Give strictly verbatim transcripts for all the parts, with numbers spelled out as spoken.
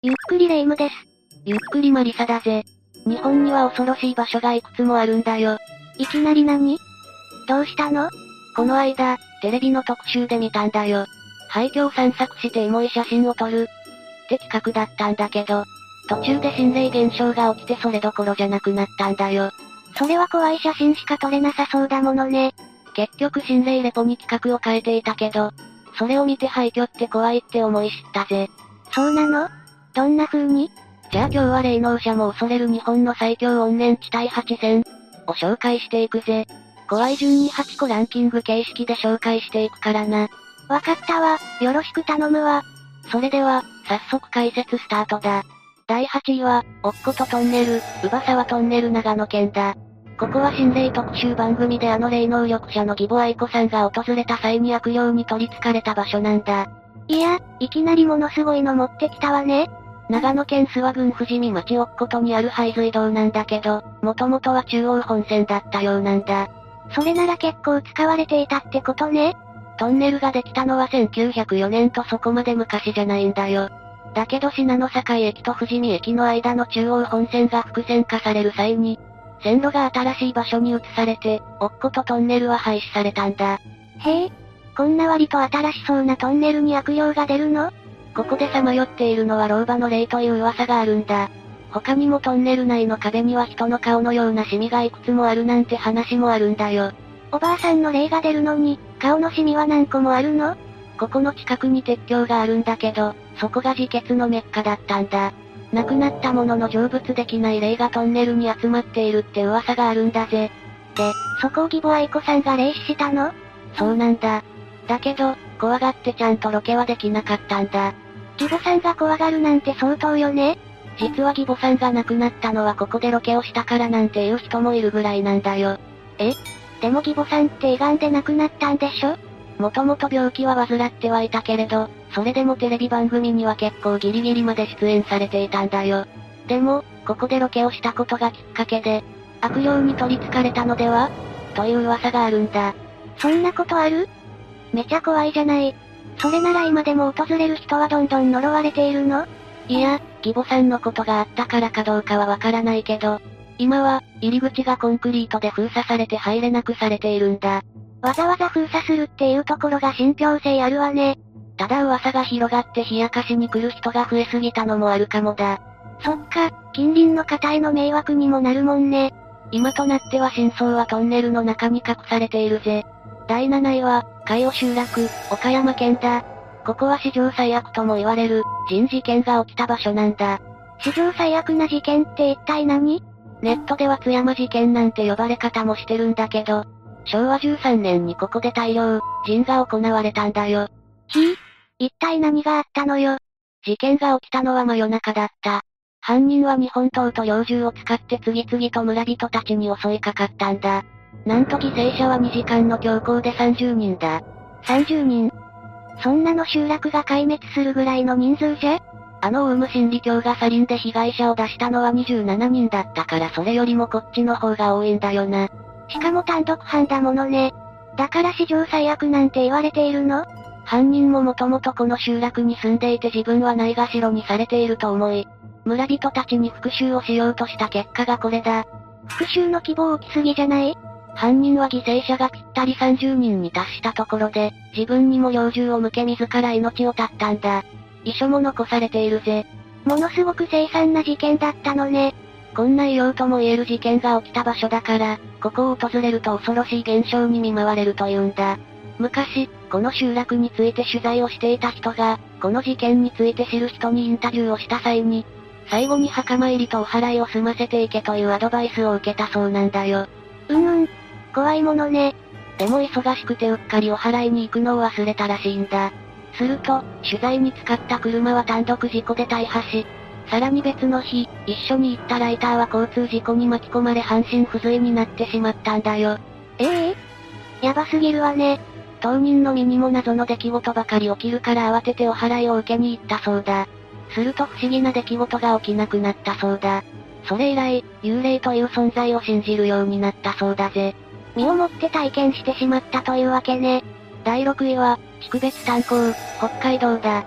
ゆっくりレ夢ムです。 ゆっくりマリサだぜ。日本には恐ろしい場所がいくつもあるんだよ。 いきなり何？どうしたの？ この間、テレビの特集で見たんだよ。廃墟を散策してエモい写真を撮る。って企画だったんだけど、途中で心霊現象が起きてそれどころじゃなくなったんだよ。 それは怖い写真しか撮れなさそうだものね。 結局心霊レポに企画を変えていたけど、それを見て廃墟って怖いって思い知ったぜ。 そうなの？どんな風に？ じゃあ今日は霊能者も恐れる日本の最強怨念地帯はちせんを紹介していくぜ。怖い順にはちこランキング形式で紹介していくからな。 わかったわ、よろしく頼むわ。 それでは、早速解説スタートだ。だいはちいは、おっことトンネル、姥沢トンネル長野県だ。ここは心霊特集番組であの霊能力者の義母愛子さんが訪れた際に悪霊に取り憑かれた場所なんだ。 いや、いきなりものすごいの持ってきたわね。 長野県諏訪郡富士見町おっことにある廃水道なんだけど、もともとは中央本線だったようなんだ。 それなら結構使われていたってことね。 トンネルができたのはせんきゅうひゃくよねんとそこまで昔じゃないんだよ。だけど信濃境駅と富士見駅の間の中央本線が複線化される際に、線路が新しい場所に移されて、おっことトンネルは廃止されたんだ。 へえ、こんな割と新しそうなトンネルに悪霊が出るの？ ここでさまよっているのは老婆の霊という噂があるんだ。他にもトンネル内の壁には人の顔のようなシミがいくつもあるなんて話もあるんだよ。 おばあさんの霊が出るのに、顔のシミは何個もあるの？ ここの近くに鉄橋があるんだけど、そこが自決のメッカだったんだ。亡くなったものの成仏できない霊がトンネルに集まっているって噂があるんだぜ。 で、そこを義母愛子さんが霊視したの？ そうなんだ。だけど、怖がってちゃんとロケはできなかったんだ。 義母さんが怖がるなんて相当よね。 実は義母さんが亡くなったのはここでロケをしたからなんていう人もいるぐらいなんだよ。 え？でも義母さんって胃がんで亡くなったんでしょ？ もともと病気は患ってはいたけれど、それでもテレビ番組には結構ギリギリまで出演されていたんだよ。でも、ここでロケをしたことがきっかけで、悪霊に取り憑かれたのでは？という噂があるんだ。 そんなことある？めちゃ怖いじゃない。それなら今でも訪れる人はどんどん呪われているの？ いや、義母さんのことがあったからかどうかはわからないけど、今は、入り口がコンクリートで封鎖されて入れなくされているんだ。 わざわざ封鎖するっていうところが信憑性あるわね。 ただ噂が広がって冷やかしに来る人が増えすぎたのもあるかもだ。 そっか、近隣の方への迷惑にもなるもんね。 今となっては真相はトンネルの中に隠されているぜ。だいなないは、海尾集落、岡山県だ。ここは史上最悪とも言われる、人事件が起きた場所なんだ。 史上最悪な事件って一体何？ ネットでは津山事件なんて呼ばれ方もしてるんだけど、しょうわじゅうさんねんにここで大量、人が行われたんだよ。 ひぃ？一体何があったのよ？ 事件が起きたのは真夜中だった。犯人は日本刀と猟銃を使って次々と村人たちに襲いかかったんだ。なんと犠牲者はにじかんの強行でさんじゅうにんだ。 さんじゅうにん？そんなの集落が壊滅するぐらいの人数じゃ？ あのオウム真理教がサリンで被害者を出したのはにじゅうななにんだったからそれよりもこっちの方が多いんだよな。 しかも単独犯だものね。だから史上最悪なんて言われているの？ 犯人ももともとこの集落に住んでいて自分はないがしろにされていると思い、村人たちに復讐をしようとした結果がこれだ。 復讐の希望大きすぎじゃない？ 犯人は犠牲者がぴったりさんじゅうにんに達したところで、自分にも猟銃を向け自ら命を絶ったんだ。遺書も残されているぜ。 ものすごく凄惨な事件だったのね。 こんな異様とも言える事件が起きた場所だから、ここを訪れると恐ろしい現象に見舞われるというんだ。昔、この集落について取材をしていた人が、この事件について知る人にインタビューをした際に、最後に墓参りとお祓いを済ませていけというアドバイスを受けたそうなんだよ。 うんうん。怖いものね。 でも忙しくてうっかりお祓いに行くのを忘れたらしいんだ。すると、取材に使った車は単独事故で大破し、さらに別の日、一緒に行ったライターは交通事故に巻き込まれ半身不随になってしまったんだよ。 ええー、やばすぎるわね。 当人の身にも謎の出来事ばかり起きるから慌ててお祓いを受けに行ったそうだ。すると不思議な出来事が起きなくなったそうだ。それ以来、幽霊という存在を信じるようになったそうだぜ。 身をもって体験してしまったというわけね。 だいろくいは、陸別炭鉱、北海道だ。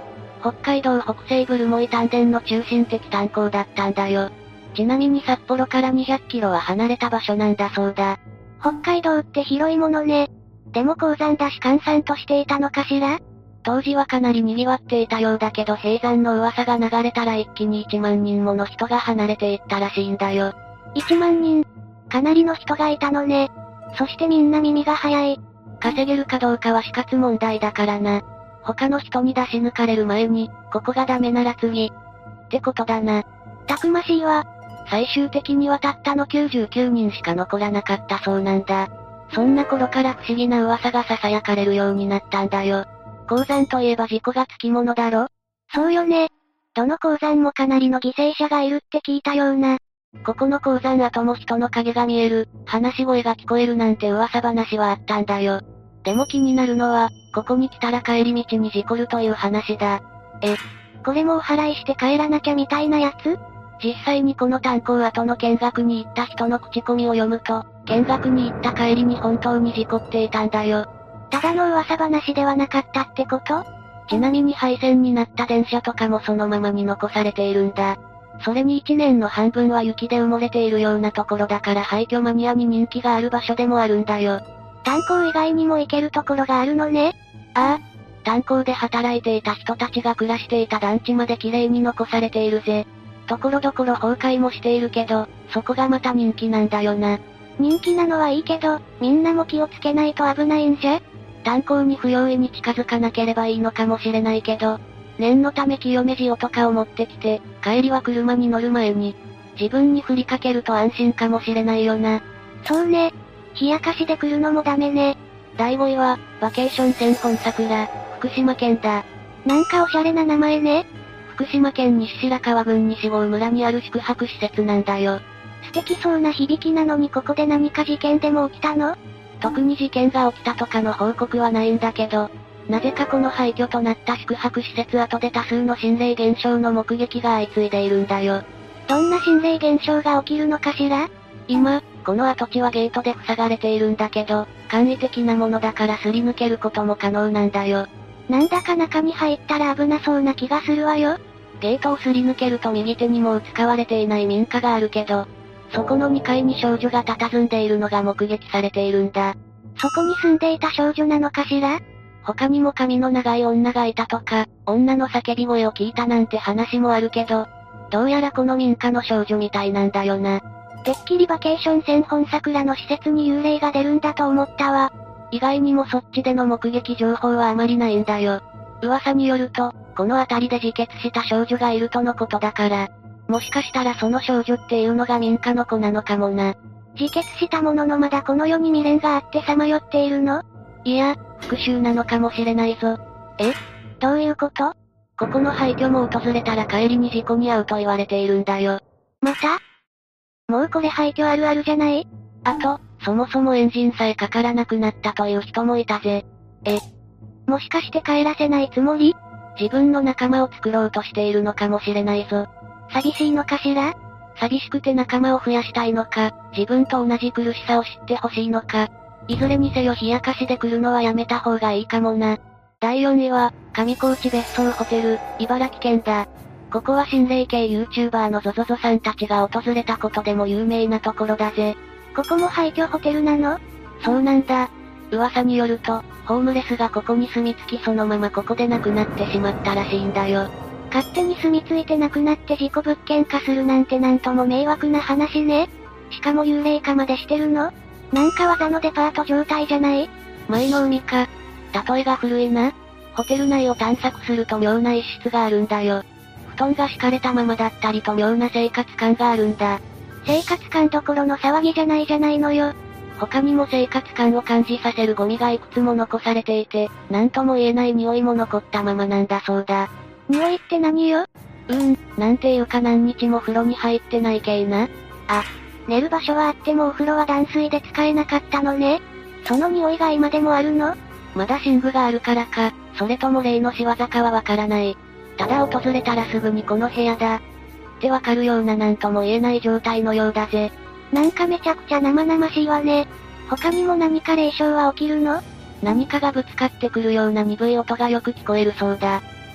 北海道北西部留萌丹田の中心的炭鉱だったんだよ。ちなみに札幌からにひゃくキロは離れた場所なんだそうだ。 北海道って広いものね。でも鉱山だし閑散としていたのかしら？ 当時はかなり賑わっていたようだけど閉山の噂が流れたら一気にいちまんにんもの人が離れていったらしいんだよ。 いちまんにん。かなりの人がいたのね。そしてみんな耳が早い。 稼げるかどうかは死活問題だからな。他の人に出し抜かれる前に、ここがダメなら次。ってことだな。 たくましいわ。 最終的にはたったのきゅうじゅうきゅうにんしか残らなかったそうなんだ。そんな頃から不思議な噂が囁かれるようになったんだよ。鉱山といえば事故がつきものだろ？ そうよね。どの鉱山もかなりの犠牲者がいるって聞いたような。 ここの鉱山跡も人の影が見える、話し声が聞こえるなんて噂話はあったんだよ。でも気になるのは、ここに来たら帰り道に事故るという話だ。 え、これもお祓いして帰らなきゃみたいなやつ？ 実際にこの炭鉱跡の見学に行った人の口コミを読むと、見学に行った帰りに本当に事故っていたんだよ。 ただの噂話ではなかったってこと？ ちなみに廃線になった電車とかもそのままに残されているんだ。それにいちねんの半分は雪で埋もれているようなところだから廃墟マニアに人気がある場所でもあるんだよ。 炭鉱以外にも行けるところがあるのね。 ああ。炭鉱で働いていた人たちが暮らしていた団地まで綺麗に残されているぜ。ところどころ崩壊もしているけど、そこがまた人気なんだよな。 人気なのはいいけど、みんなも気をつけないと危ないんじゃ？ 炭鉱に不用意に近づかなければいいのかもしれないけど、念のため清め塩とかを持ってきて、帰りは車に乗る前に、自分に振りかけると安心かもしれないよな。 そうね。冷やかしで来るのもダメね。 だいごいは、バケーション千本桜、福島県だ。 なんかおしゃれな名前ね。 福島県西白川郡西郷村にある宿泊施設なんだよ。 素敵そうな響きなのにここで何か事件でも起きたの？ 特に事件が起きたとかの報告はないんだけど、なぜかこの廃墟となった宿泊施設跡で多数の心霊現象の目撃が相次いでいるんだよ。 どんな心霊現象が起きるのかしら？ 今、この跡地はゲートで塞がれているんだけど、簡易的なものだからすり抜けることも可能なんだよ。 なんだか中に入ったら危なそうな気がするわよ。 ゲートをすり抜けると右手にもう使われていない民家があるけど、そこのにかいに少女が佇んでいるのが目撃されているんだ。 そこに住んでいた少女なのかしら？ 他にも髪の長い女がいたとか、女の叫び声を聞いたなんて話もあるけど、どうやらこの民家の少女みたいなんだよな。 てっきりバケーション千本桜の施設に幽霊が出るんだと思ったわ。 意外にもそっちでの目撃情報はあまりないんだよ。噂によると、この辺りで自決した少女がいるとのことだから、もしかしたらその少女っていうのが民家の子なのかもな。 自決したもののまだこの世に未練があってさまよっているの？ いや、復讐なのかもしれないぞ。 え？どういうこと？ ここの廃墟も訪れたら帰りに事故に遭うと言われているんだよ。 また？もうこれ廃墟あるあるじゃない？ あと、そもそもエンジンさえかからなくなったという人もいたぜ。 え？もしかして帰らせないつもり？ 自分の仲間を作ろうとしているのかもしれないぞ。 寂しいのかしら？ 寂しくて仲間を増やしたいのか、自分と同じ苦しさを知ってほしいのか、いずれにせよ冷やかしで来るのはやめた方がいいかもな。だいよんいは、上高地別荘ホテル、茨城県だ。ここは心霊系 YouTuber のゾゾゾさんたちが訪れたことでも有名なところだぜ。 ここも廃墟ホテルなの？ そうなんだ。噂によると、ホームレスがここに住み着きそのままここで亡くなってしまったらしいんだよ。 勝手に住み着いて亡くなって事故物件化するなんてなんとも迷惑な話ね。しかも幽霊化までしてるの？なんか技のデパート状態じゃない？ 前の海か。例えが古いな。ホテル内を探索すると妙な一室があるんだよ。布団が敷かれたままだったりと妙な生活感があるんだ。 生活感どころの騒ぎじゃないじゃないのよ。 他にも生活感を感じさせるゴミがいくつも残されていて、なんとも言えない匂いも残ったままなんだそうだ。 匂いって何よ？ うーん、なんていうか何日も風呂に入ってない系な。 あ、寝る場所はあってもお風呂は断水で使えなかったのね。その匂いが今でもあるの？ まだ寝具があるからか、それとも霊の仕業かはわからない。ただ訪れたらすぐにこの部屋だ。ってわかるようななんとも言えない状態のようだぜ。 なんかめちゃくちゃ生々しいわね。他にも何か霊障は起きるの？ 何かがぶつかってくるような鈍い音がよく聞こえるそうだ。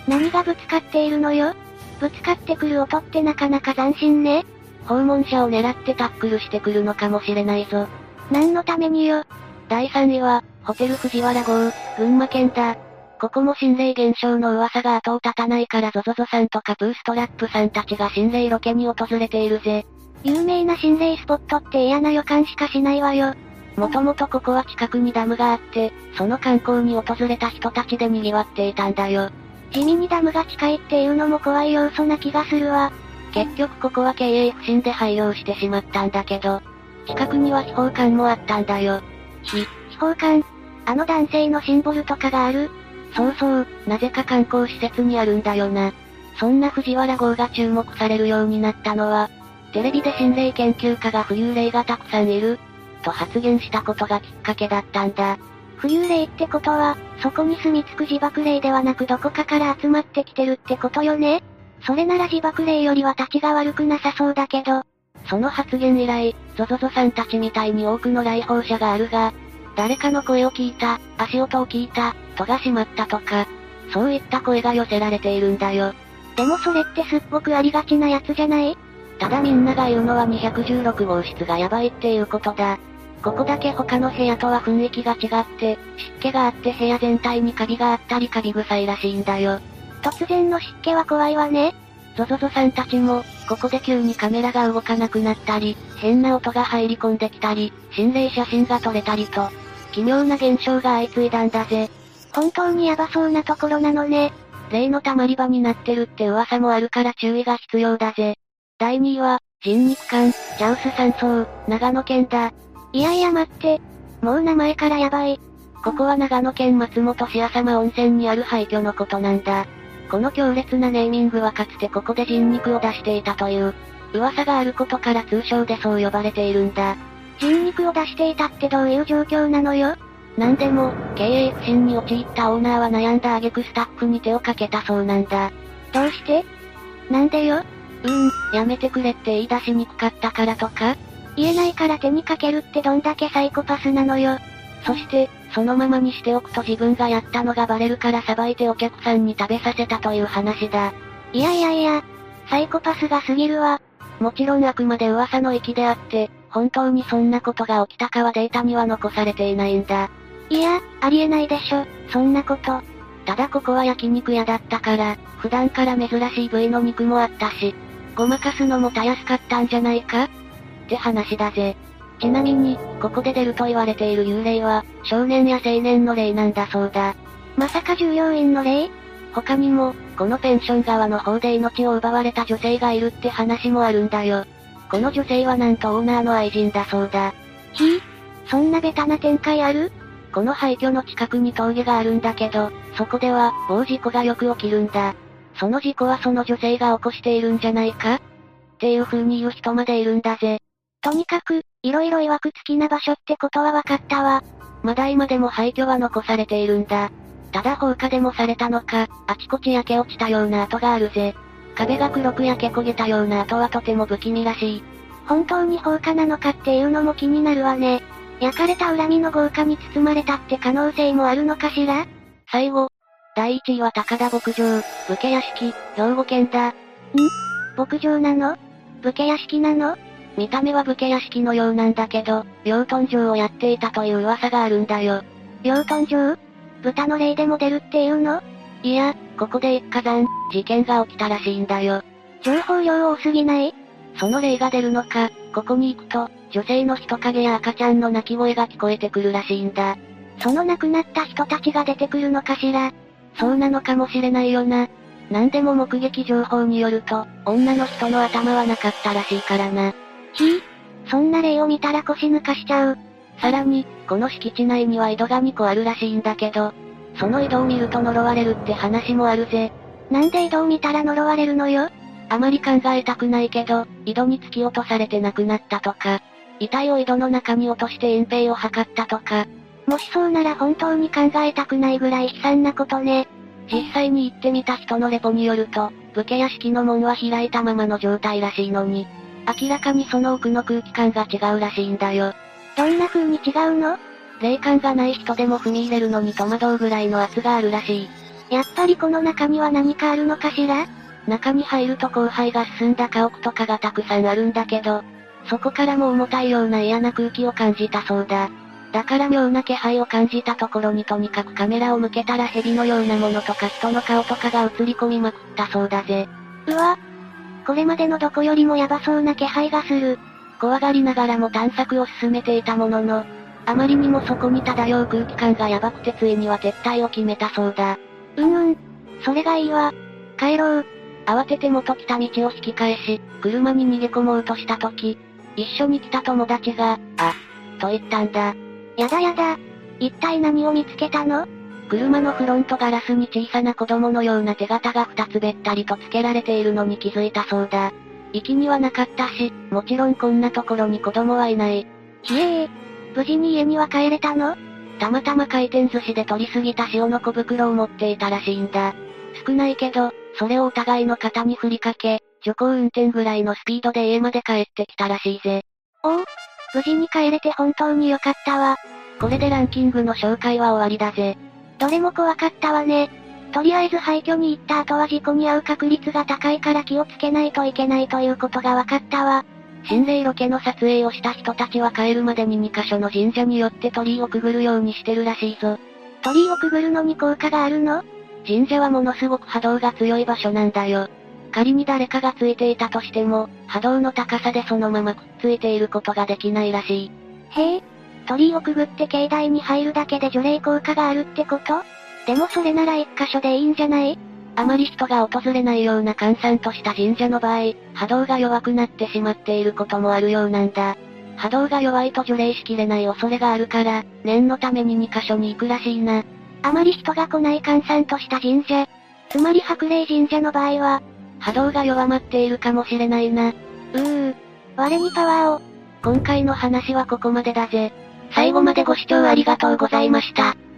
何がぶつかっているのよ？ぶつかってくる音ってなかなか斬新ね。 訪問者を狙ってタックルしてくるのかもしれないぞ。 何のためによ。 だいさんいは、ホテル藤原号、群馬県だ。ここも心霊現象の噂が後を絶たないからゾゾゾさんとかプーストラップさんたちが心霊ロケに訪れているぜ。 有名な心霊スポットって嫌な予感しかしないわよ。 もともとここは近くにダムがあって、その観光に訪れた人たちで賑わっていたんだよ。 地味にダムが近いっていうのも怖い要素な気がするわ。 結局ここは経営不振で廃業してしまったんだけど、近くには秘宝館もあったんだよ。 ひ、秘宝館？あの男性のシンボルとかがある？ そうそう、なぜか観光施設にあるんだよな。そんな藤原号が注目されるようになったのは、テレビで心霊研究家が浮遊霊がたくさんいる、と発言したことがきっかけだったんだ。 浮遊霊ってことは、そこに住み着く自爆霊ではなくどこかから集まってきてるってことよね？それなら自爆霊よりは立ちが悪くなさそうだけど。 その発言以来、ゾゾゾさんたちみたいに多くの来訪者があるが、誰かの声を聞いた、足音を聞いた、戸が閉まったとか、そういった声が寄せられているんだよ。 でもそれってすっごくありがちなやつじゃない？ ただみんなが言うのはにひゃくじゅうろくごうしつがやばいっていうことだ。ここだけ他の部屋とは雰囲気が違って、湿気があって部屋全体にカビがあったりカビ臭いらしいんだよ。 突然の湿気は怖いわね。 ゾゾゾさんたちも、ここで急にカメラが動かなくなったり、変な音が入り込んできたり、心霊写真が撮れたりと、奇妙な現象が相次いだんだぜ。 本当にヤバそうなところなのね。 霊の溜まり場になってるって噂もあるから注意が必要だぜ。だいにいは、人肉館、ジャウス山荘、長野県だ。 いやいや待って。もう名前からヤバい。 ここは長野県松本市浅間温泉にある廃墟のことなんだ。この強烈なネーミングはかつてここで人肉を出していたという、噂があることから通称でそう呼ばれているんだ。 人肉を出していたってどういう状況なのよ？ なんでも、経営不振に陥ったオーナーは悩んだ挙句スタッフに手をかけたそうなんだ。 どうして？なんでよ？ うーん、やめてくれって言い出しにくかったからとか？ 言えないから手にかけるってどんだけサイコパスなのよ。 そして、そのままにしておくと自分がやったのがバレるからさばいてお客さんに食べさせたという話だ。 いやいやいや、サイコパスが過ぎるわ。 もちろんあくまで噂の域であって、本当にそんなことが起きたかはデータには残されていないんだ。 いや、ありえないでしょ、そんなこと。 ただここは焼肉屋だったから、普段から珍しい部位の肉もあったし、ごまかすのもたやすかったんじゃないかって話だぜ。ちなみに、ここで出ると言われている幽霊は、少年や青年の霊なんだそうだ。 まさか従業員の霊？ 他にも、このペンション側の方で命を奪われた女性がいるって話もあるんだよ。この女性はなんとオーナーの愛人だそうだ。 ひぃ？そんなベタな展開ある？ この廃墟の近くに峠があるんだけど、そこでは、大事故がよく起きるんだ。その事故はその女性が起こしているんじゃないかっていう風に言う人までいるんだぜ。 とにかく、いろいろ曰くつきな場所ってことは分かったわ。 まだ今でも廃墟は残されているんだ。ただ放火でもされたのか、あちこち焼け落ちたような跡があるぜ。壁が黒く焼け焦げたような跡はとても不気味らしい。 本当に放火なのかっていうのも気になるわね。焼かれた恨みの豪華に包まれたって可能性もあるのかしら？ 最後、だいいちいは高田牧場、武家屋敷、兵庫県だ。ん？ 牧場なの？武家屋敷なの？ 見た目は武家屋敷のようなんだけど、養豚場をやっていたという噂があるんだよ。 養豚場？豚の霊でも出るっていうの？ いや、ここで一家惨、事件が起きたらしいんだよ。 情報量多すぎない？ その霊が出るのか、ここに行くと、女性の人影や赤ちゃんの泣き声が聞こえてくるらしいんだ。 その亡くなった人たちが出てくるのかしら？ そうなのかもしれないよな。なんでも目撃情報によると、女の人の頭はなかったらしいからな。 ひぃ？そんな霊を見たら腰抜かしちゃう。 さらに、この敷地内には井戸がにこあるらしいんだけど、その井戸を見ると呪われるって話もあるぜ。 なんで井戸を見たら呪われるのよ？ あまり考えたくないけど、井戸に突き落とされて亡くなったとか、遺体を井戸の中に落として隠蔽を図ったとか。 もしそうなら本当に考えたくないぐらい悲惨なことね。 実際に行ってみた人のレポによると、武家屋敷の門は開いたままの状態らしいのに、明らかにその奥の空気感が違うらしいんだよ。 どんな風に違うの？ 霊感がない人でも踏み入れるのに戸惑うぐらいの圧があるらしい。 やっぱりこの中には何かあるのかしら？ 中に入ると荒廃が進んだ家屋とかがたくさんあるんだけど、そこからも重たいような嫌な空気を感じたそうだ。だから妙な気配を感じたところにとにかくカメラを向けたら蛇のようなものとか人の顔とかが映り込みまくったそうだぜ。 うわ。これまでのどこよりもヤバそうな気配がする。 怖がりながらも探索を進めていたものの、あまりにもそこに漂う空気感がヤバくてついには撤退を決めたそうだ。 うんうん。それがいいわ。帰ろう。 慌てて元来た道を引き返し、車に逃げ込もうとした時、一緒に来た友達が、あ、と言ったんだ。 やだやだ。一体何を見つけたの？ 車のフロントガラスに小さな子供のような手形が二つべったりと付けられているのに気づいたそうだ。息にはなかったし、もちろんこんなところに子供はいない。 ひえー。無事に家には帰れたの？ たまたま回転寿司で取りすぎた塩の小袋を持っていたらしいんだ。少ないけど、それをお互いの肩に振りかけ、徐行運転ぐらいのスピードで家まで帰ってきたらしいぜ。 おお、無事に帰れて本当によかったわ。 これでランキングの紹介は終わりだぜ。 どれも怖かったわね。とりあえず廃墟に行った後は事故に遭う確率が高いから気をつけないといけないということが分かったわ。 心霊ロケの撮影をした人たちは帰るまでににカ所の神社によって鳥居をくぐるようにしてるらしいぞ。 鳥居をくぐるのに効果があるの？ 神社はものすごく波動が強い場所なんだよ。仮に誰かがついていたとしても、波動の高さでそのままくっついていることができないらしい。 へえ、鳥居をくぐって境内に入るだけで除霊効果があるってこと？でもそれなら一箇所でいいんじゃない？ あまり人が訪れないような閑散とした神社の場合、波動が弱くなってしまっていることもあるようなんだ。波動が弱いと除霊しきれない恐れがあるから、念のためににカ所に行くらしいな。 あまり人が来ない閑散とした神社。つまり白霊神社の場合は、 波動が弱まっているかもしれないな。 うー。我にパワーを。 今回の話はここまでだぜ。最後までご視聴ありがとうございました。